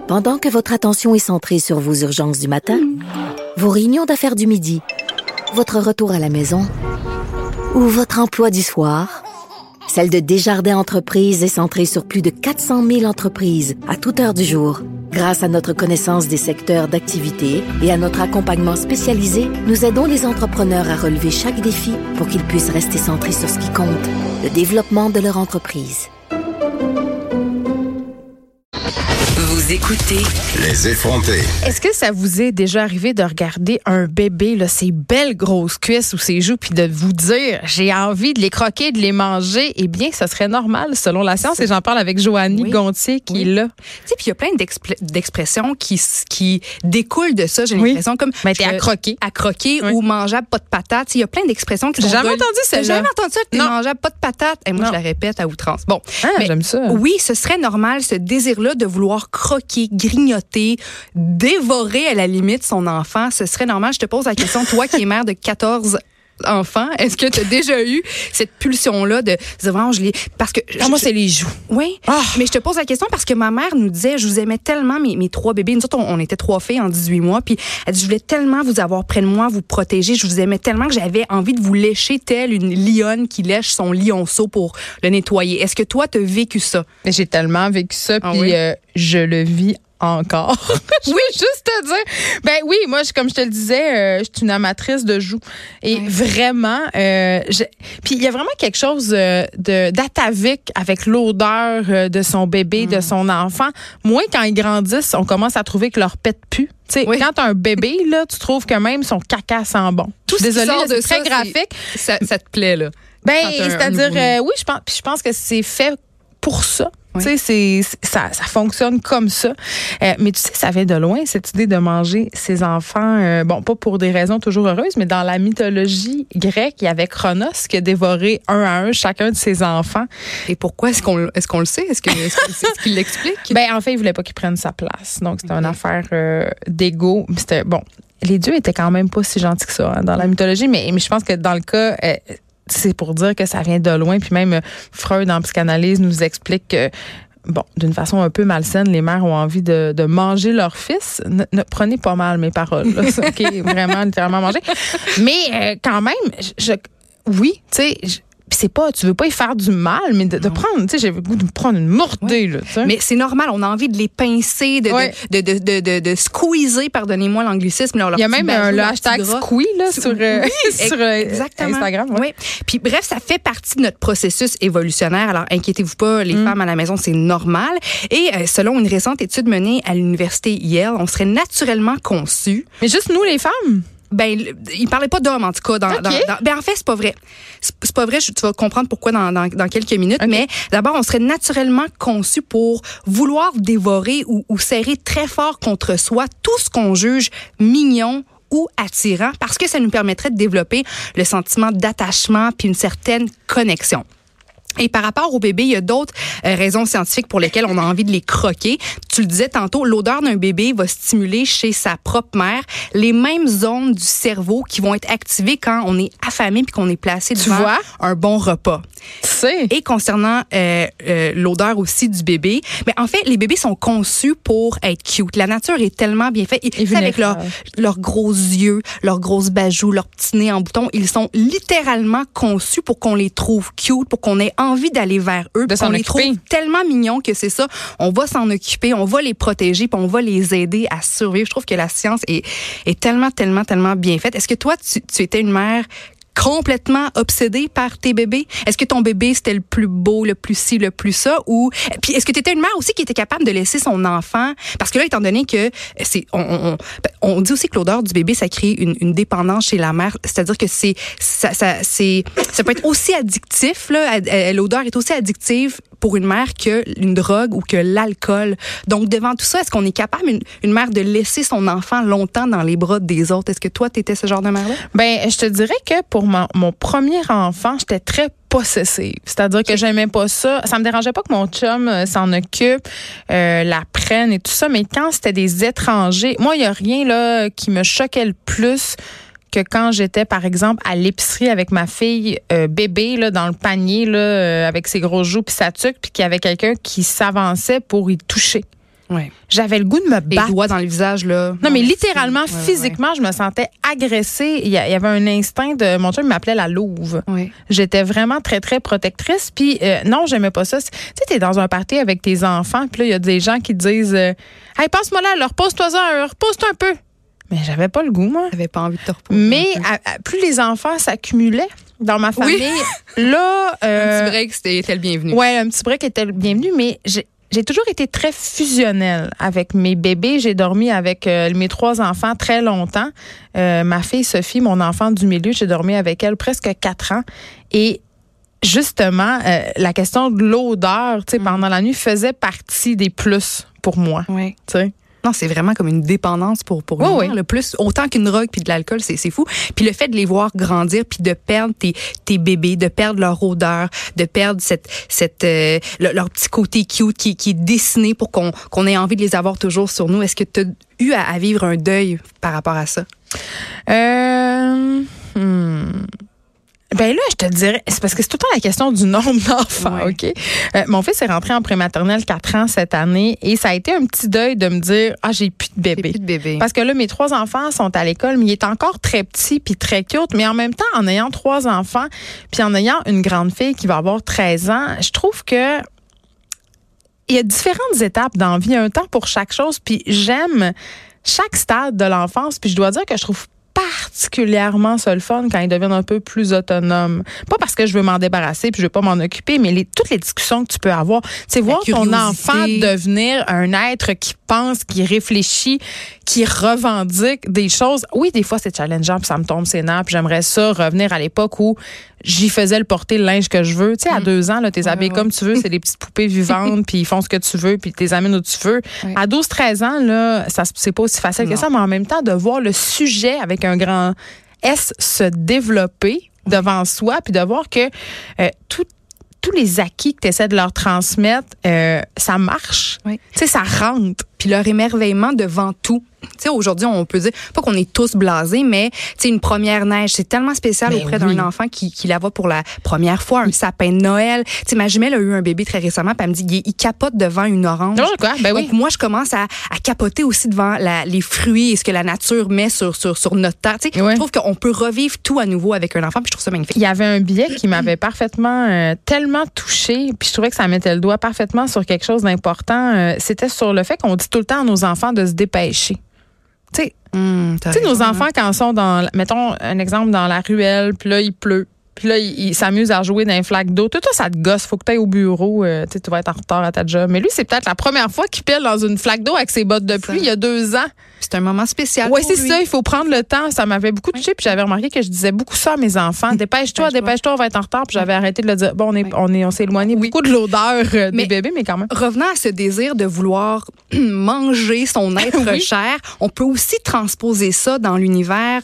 Pendant que votre attention est centrée sur vos urgences du matin, vos réunions d'affaires du midi, votre retour à la maison ou votre emploi du soir, celle de Desjardins Entreprises est centrée sur plus de 400 000 entreprises à toute heure du jour. Grâce à notre connaissance des secteurs d'activité et à notre accompagnement spécialisé, nous aidons les entrepreneurs à relever chaque défi pour qu'ils puissent rester centrés sur ce qui compte, le développement de leur entreprise. Vous écoutez Les effrontés. Est-ce que ça vous est déjà arrivé de regarder un bébé, là, ses belles grosses cuisses ou ses joues, puis de vous dire, j'ai envie de les croquer, de les manger? Eh bien, ça serait normal selon la science. Et j'en parle avec Joanie Gontier qui est là. Tu sais, puis il y a plein d'expressions qui découlent de ça. J'ai l'impression comme t'es à croquer. Ou mangeable, pas de patates. Il y a plein d'expressions qui sont... J'ai jamais entendu ça. J'ai jamais entendu ça, t'es mangeable, pas de patates. Et moi, je la répète à outrance. Bon, j'aime ça. Oui, ce serait normal, ce désir-là de vouloir croquer, grignoter, dévorer à la limite son enfant. Ce serait normal. Je te pose la question, toi qui es mère de 14 enfants, est-ce que tu as déjà eu cette pulsion-là de vraiment, parce que moi, c'est les joues. Oui, mais je te pose la question parce que ma mère nous disait, je vous aimais tellement, mes 3 bébés. Nous autres, on était 3 filles en 18 mois, puis elle dit, je voulais tellement vous avoir près de moi, vous protéger, je vous aimais tellement que j'avais envie de vous lécher telle une lionne qui lèche son lionceau pour le nettoyer. Est-ce que toi, tu as vécu ça? J'ai tellement vécu ça, puis je le vis encore. Je veux juste te dire. Ben oui, moi, comme je te le disais, je suis une amatrice de joues. Et vraiment, puis il y a vraiment quelque chose d'atavique avec l'odeur de son bébé, de son enfant. Moi, quand ils grandissent, on commence à trouver que leur pète pue. Quand t'as un bébé, là, tu trouves que même son caca sent bon. Désolée, c'est très graphique. Ça te plaît, là? Ben, c'est-à-dire, oui, je pense que c'est fait pour ça. Oui. Tu sais, ça fonctionne comme ça. Mais tu sais, ça vient de loin, cette idée de manger ses enfants. Bon, pas pour des raisons toujours heureuses, mais dans la mythologie grecque, il y avait Cronos qui a dévoré un à un chacun de ses enfants. Et pourquoi? Est-ce qu'on le sait? Est-ce qu'il l'explique? Ben, en fait, il voulait pas qu'il prenne sa place. Donc, c'était une affaire d'ego. C'était, bon, les dieux étaient quand même pas si gentils que ça dans la mythologie, mais je pense que dans le cas... c'est pour dire que ça vient de loin. Puis même Freud, en psychanalyse, nous explique que, bon, d'une façon un peu malsaine, les mères ont envie de manger leur fils. Ne prenez pas mal mes paroles. Là. OK, vraiment, littéralement manger. Mais quand même, oui, tu sais... c'est pas, tu veux pas y faire du mal, mais de prendre, tu sais, j'ai le goût de prendre une mordée, là, tu sais. Mais c'est normal, on a envie de les pincer, de squeezer, pardonnez-moi l'anglicisme. Il y a même le hashtag squee, là, sur Instagram. Oui. Puis bref, ça fait partie de notre processus évolutionnaire. Alors, inquiétez-vous pas, les femmes à la maison, c'est normal. Et selon une récente étude menée à l'université Yale, on serait naturellement conçus. Mais juste nous, les femmes? Ben, il parlait pas d'hommes, en tout cas. Ben, en fait, c'est pas vrai. C'est pas vrai, tu vas comprendre pourquoi dans quelques minutes. Okay. Mais d'abord, on serait naturellement conçu pour vouloir dévorer ou serrer très fort contre soi tout ce qu'on juge mignon ou attirant, parce que ça nous permettrait de développer le sentiment d'attachement puis une certaine connexion. Et par rapport au bébé, il y a d'autres raisons scientifiques pour lesquelles on a envie de les croquer. Tu le disais tantôt, l'odeur d'un bébé va stimuler chez sa propre mère les mêmes zones du cerveau qui vont être activées quand on est affamé puis qu'on est placé devant un bon repas. Et concernant l'odeur aussi du bébé, mais en fait, les bébés sont conçus pour être cute. La nature est tellement bien faite. Avec leurs gros yeux, leurs grosses bajoux, leurs petits nez en bouton, ils sont littéralement conçus pour qu'on les trouve cute, pour qu'on ait envie d'aller vers eux, on les trouve tellement mignons que c'est ça. On va s'en occuper, on va les protéger, puis on va les aider à survivre. Je trouve que la science est tellement, tellement, tellement bien faite. Est-ce que toi, tu étais une mère complètement obsédée par tes bébés? Est-ce que ton bébé, c'était le plus beau, le plus ci, le plus ça? Ou puis est-ce que tu étais une mère aussi qui était capable de laisser son enfant? Parce que là, étant donné que on dit aussi que l'odeur du bébé, ça crée une dépendance chez la mère. C'est-à-dire que ça peut être aussi addictif, là. L'odeur est aussi addictive pour une mère que une drogue ou que l'alcool. Donc, devant tout ça, est-ce qu'on est capable, une mère, de laisser son enfant longtemps dans les bras des autres? Est-ce que toi, t'étais ce genre de mère-là? Ben, je te dirais que pour mon premier enfant, j'étais très possessive. C'est-à-dire que j'aimais pas ça. Ça me dérangeait pas que mon chum s'en occupe, la prenne et tout ça, mais quand c'était des étrangers, moi, il y a rien là qui me choquait le plus que quand j'étais, par exemple, à l'épicerie avec ma fille bébé là dans le panier là avec ses gros joues puis sa tuque, puis qu'il y avait quelqu'un qui s'avançait pour y toucher. Ouais. J'avais le goût de me Les battre. doigts dans le visage, là. Non, mais merci. littéralement, physiquement, je me sentais agressée. Il y avait un instinct de... Mon chum m'appelait la louve. Oui. J'étais vraiment très, très protectrice. Puis non, j'aimais pas ça. Tu sais, t'es dans un party avec tes enfants, puis là, il y a des gens qui te disent hey, passe-moi là, repose-toi un peu. Mais j'avais pas le goût, moi. J'avais pas envie de te reposer. Mais plus les enfants s'accumulaient dans ma famille, là... un petit break, c'était le bienvenu. Ouais, un petit break était le bienvenu, mais j'ai toujours été très fusionnelle avec mes bébés. J'ai dormi avec mes 3 enfants très longtemps. Ma fille Sophie, mon enfant du milieu, j'ai dormi avec elle presque 4 ans. Et justement, la question de l'odeur, tu sais, pendant la nuit faisait partie des plus pour moi. Oui. Tu sais. Non, c'est vraiment comme une dépendance pour oui. le plus autant qu'une drogue puis de l'alcool, c'est fou. Puis le fait de les voir grandir puis de perdre tes bébés, de perdre leur odeur, de perdre leur petit côté cute qui est dessiné pour qu'on ait envie de les avoir toujours sur nous. Est-ce que tu as eu à vivre un deuil par rapport à ça? Ben là, je te dirais, c'est parce que c'est tout le temps la question du nombre d'enfants, Ouais. OK? Mon fils est rentré en prématernelle 4 ans cette année et ça a été un petit deuil de me dire, j'ai plus de bébé. J'ai plus de bébé. Parce que là, mes 3 enfants sont à l'école, mais il est encore très petit puis très cute. Mais en même temps, en ayant 3 enfants puis en ayant une grande fille qui va avoir 13 ans, je trouve que il y a différentes étapes dans la vie. Il y a un temps pour chaque chose puis j'aime chaque stade de l'enfance puis je dois dire que je trouve particulièrement ça le fun quand ils deviennent un peu plus autonomes. Pas parce que je veux m'en débarrasser puis je veux pas m'en occuper, mais toutes les discussions que tu peux avoir, c'est voir ton enfant devenir un être qui pense, qui réfléchit, qui revendique des choses. Oui, des fois c'est challengeant puis ça me tombe ses nerfs puis j'aimerais ça revenir à l'époque où j'y faisais le porter le linge que je veux. Tu sais, à 2 ans, là, t'es habillé comme tu veux, c'est des petites poupées vivantes puis ils font ce que tu veux puis t'es amènes où tu veux. Ouais. À 12-13 ans, là, c'est pas aussi facile que ça, mais en même temps, de voir le sujet avec un grand S se développer devant soi puis de voir que tous les acquis que tu essaies de leur transmettre, ça marche. Oui. Tu sais, ça rentre. Puis leur émerveillement devant tout. Tu sais, aujourd'hui, on peut dire, pas qu'on est tous blasés, mais, tu sais, une première neige, c'est tellement spécial auprès d'un enfant qui la voit pour la première fois, un sapin de Noël. Tu sais, ma jumelle a eu un bébé très récemment, puis elle me dit, il capote devant une orange. Non, quoi? Ben oui. Donc, moi, je commence à capoter aussi devant les fruits et ce que la nature met sur notre terre. Tu sais, Ouais. je trouve qu'on peut revivre tout à nouveau avec un enfant, puis je trouve ça magnifique. Il y avait un billet qui m'avait parfaitement, tellement touchée, puis je trouvais que ça mettait le doigt parfaitement sur quelque chose d'important. C'était sur le fait qu'on dit tout le temps à nos enfants de se dépêcher. Tu sais, nos enfants, quand ils sont mettons un exemple, dans la ruelle, puis là, il pleut. Puis là, ils s'amusent à jouer dans un flaque d'eau. Tout ça te gosse. Faut que tu ailles au bureau. Tu vas être en retard à ta job. Mais lui, c'est peut-être la première fois qu'il pèle dans une flaque d'eau avec ses bottes de pluie il y a 2 ans. C'est un moment spécial. Oui, pour c'est lui. ça. Il faut prendre le temps. Ça m'avait beaucoup touché. Puis j'avais remarqué que je disais beaucoup ça à mes enfants. Dépêche-toi, on va être en retard. Puis j'avais arrêté de le dire. Bon, on s'est éloigné beaucoup de l'odeur des bébés, mais quand même. Revenant à ce désir de vouloir manger son être Oui. cher, on peut aussi transposer ça dans l'univers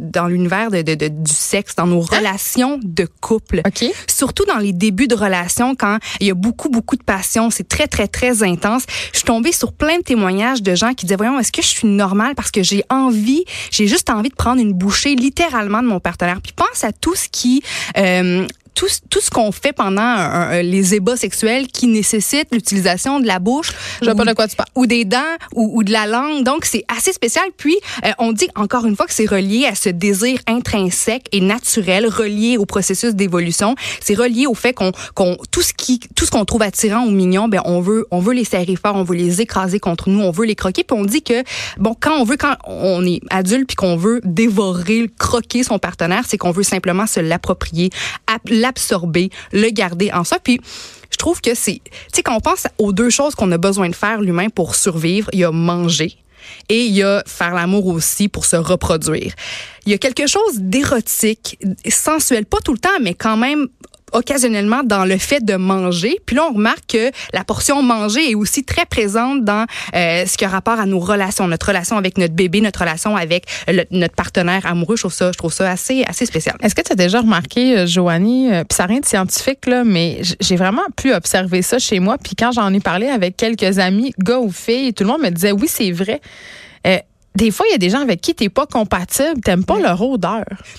du sexe, dans nos relations de couple. OK. Surtout dans les débuts de relations, quand il y a beaucoup, beaucoup de passion, c'est très, très, très intense. Je suis tombée sur plein de témoignages de gens qui disaient, voyons, est-ce que je suis normale parce que j'ai juste envie de prendre une bouchée littéralement de mon partenaire. Puis pense à tout ce qui... tout ce qu'on fait pendant les ébats sexuels qui nécessitent l'utilisation de la bouche. Je sais pas de quoi tu parles. Ou des dents ou de la langue. Donc, c'est assez spécial. Puis, on dit encore une fois que c'est relié à ce désir intrinsèque et naturel, relié au processus d'évolution. C'est relié au fait qu'on tout ce qu'on trouve attirant ou mignon, ben on veut les serrer fort, on veut les écraser contre nous, on veut les croquer. Puis on dit que quand on est adulte puis qu'on veut dévorer, croquer son partenaire, c'est qu'on veut simplement se l'approprier, l'absorber, le garder en soi. Puis je trouve que c'est, tu sais, quand on pense aux 2 choses qu'on a besoin de faire, l'humain, pour survivre, il y a manger et il y a faire l'amour aussi pour se reproduire. Il y a quelque chose d'érotique, sensuel, pas tout le temps, mais quand même occasionnellement dans le fait de manger. Puis là, on remarque que la portion manger est aussi très présente dans ce qui a rapport à nos relations, notre relation avec notre bébé, notre relation avec notre partenaire amoureux. Je trouve ça assez spécial. Est-ce que tu as déjà remarqué, Joanie, puis ça n'a rien de scientifique, là, mais j'ai vraiment pu observer ça chez moi. Puis quand j'en ai parlé avec quelques amis, gars ou filles, tout le monde me disait, oui, c'est vrai. Des fois, il y a des gens avec qui tu n'es pas compatible, tu n'aimes pas leur odeur.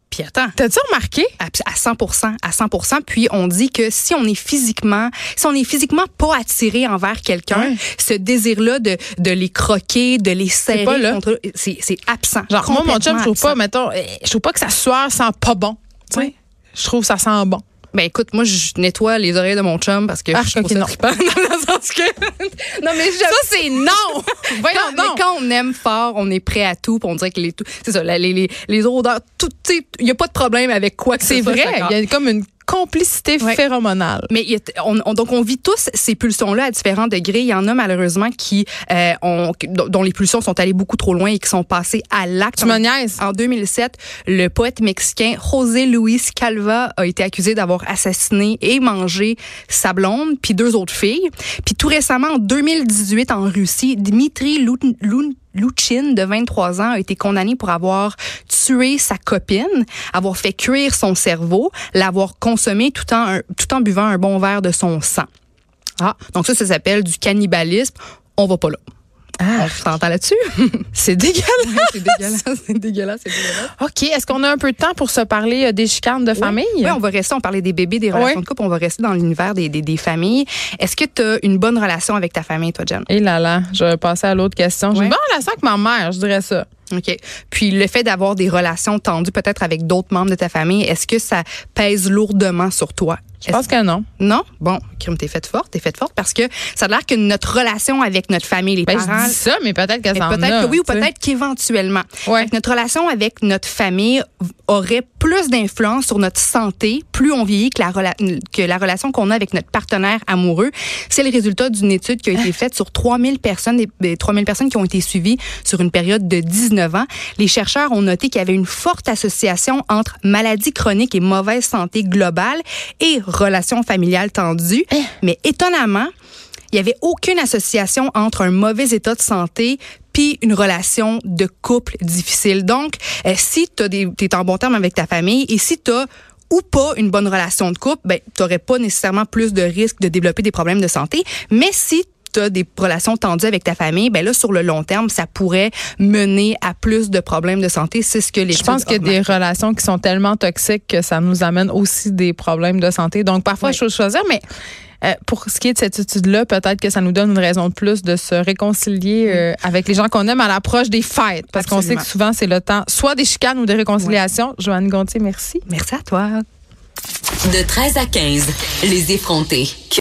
Puis attends. T'as-tu remarqué? À 100%. Puis on dit que si on est physiquement pas attiré envers quelqu'un, ce désir-là de les croquer, de les serrer, c'est absent. Genre, moi, mon chum, je trouve pas que sa sueur sent pas bon. Tu sais, je trouve que ça sent bon. Ben écoute, moi je nettoie les oreilles de mon chum parce que je trouve ça trippant. Dans le sens que non mais ça c'est non. Mais quand on aime fort, on est prêt à tout, puis on dirait que c'est ça, les odeurs, tout, tu sais, il y a pas de problème avec quoi que ce soit. C'est vrai, il y a comme une complicité phéromonale. Mais donc on vit tous ces pulsions-là à différents degrés. Il y en a malheureusement dont les pulsions sont allées beaucoup trop loin et qui sont passées à l'acte. Tu me niaises. En 2007, le poète mexicain José Luis Calva a été accusé d'avoir assassiné et mangé sa blonde puis 2 autres filles. Puis tout récemment, en 2018, en Russie, Dmitri Luchin, de 23 ans, a été condamné pour avoir tué sa copine, avoir fait cuire son cerveau, l'avoir consommé tout en buvant un bon verre de son sang. Donc ça s'appelle du cannibalisme. On va pas là. On s'entend là-dessus? C'est dégueulasse. C'est dégueulasse. OK. Est-ce qu'on a un peu de temps pour se parler des chicanes de famille? Oui, on va rester, on parlait des bébés, des relations de couple, on va rester dans l'univers des familles. Est-ce que tu as une bonne relation avec ta famille, toi, Jen? Eh là, je vais passer à l'autre question. J'ai une bonne relation avec ma mère, je dirais ça. OK. Puis le fait d'avoir des relations tendues peut-être avec d'autres membres de ta famille, est-ce que ça pèse lourdement sur toi? Je pense que non. Non? Bon, crime, t'es faite forte parce que ça a l'air que notre relation avec notre famille, les parents... Je dis ça, mais peut-être que ça en a. Peut-être que oui, ou peut-être qu'éventuellement. Ouais. Notre relation avec notre famille aurait plus d'influence sur notre santé plus on vieillit que la relation qu'on a avec notre partenaire amoureux. C'est le résultat d'une étude qui a été faite sur 3000 personnes, des 3000 personnes qui ont été suivies sur une période de 19 ans. Les chercheurs ont noté qu'il y avait une forte association entre maladies chroniques et mauvaise santé globale et relations familiales tendues. Mais étonnamment, il n'y avait aucune association entre un mauvais état de santé puis une relation de couple difficile. Donc, si t'es en bon terme avec ta famille et si t'as ou pas une bonne relation de couple, ben t'aurais pas nécessairement plus de risques de développer des problèmes de santé. Mais si t'as des relations tendues avec ta famille, ben là, sur le long terme, ça pourrait mener à plus de problèmes de santé. C'est ce que les Je pense qu'il y a des relations qui sont tellement toxiques que ça nous amène aussi des problèmes de santé. Donc, parfois, il faut choisir, mais pour ce qui est de cette étude-là, peut-être que ça nous donne une raison de plus de se réconcilier avec les gens qu'on aime à l'approche des fêtes. Parce qu'on sait que souvent, c'est le temps soit des chicanes ou des réconciliations. Joanne Gontier, merci. Merci à toi. De 13 à 15, les effrontés.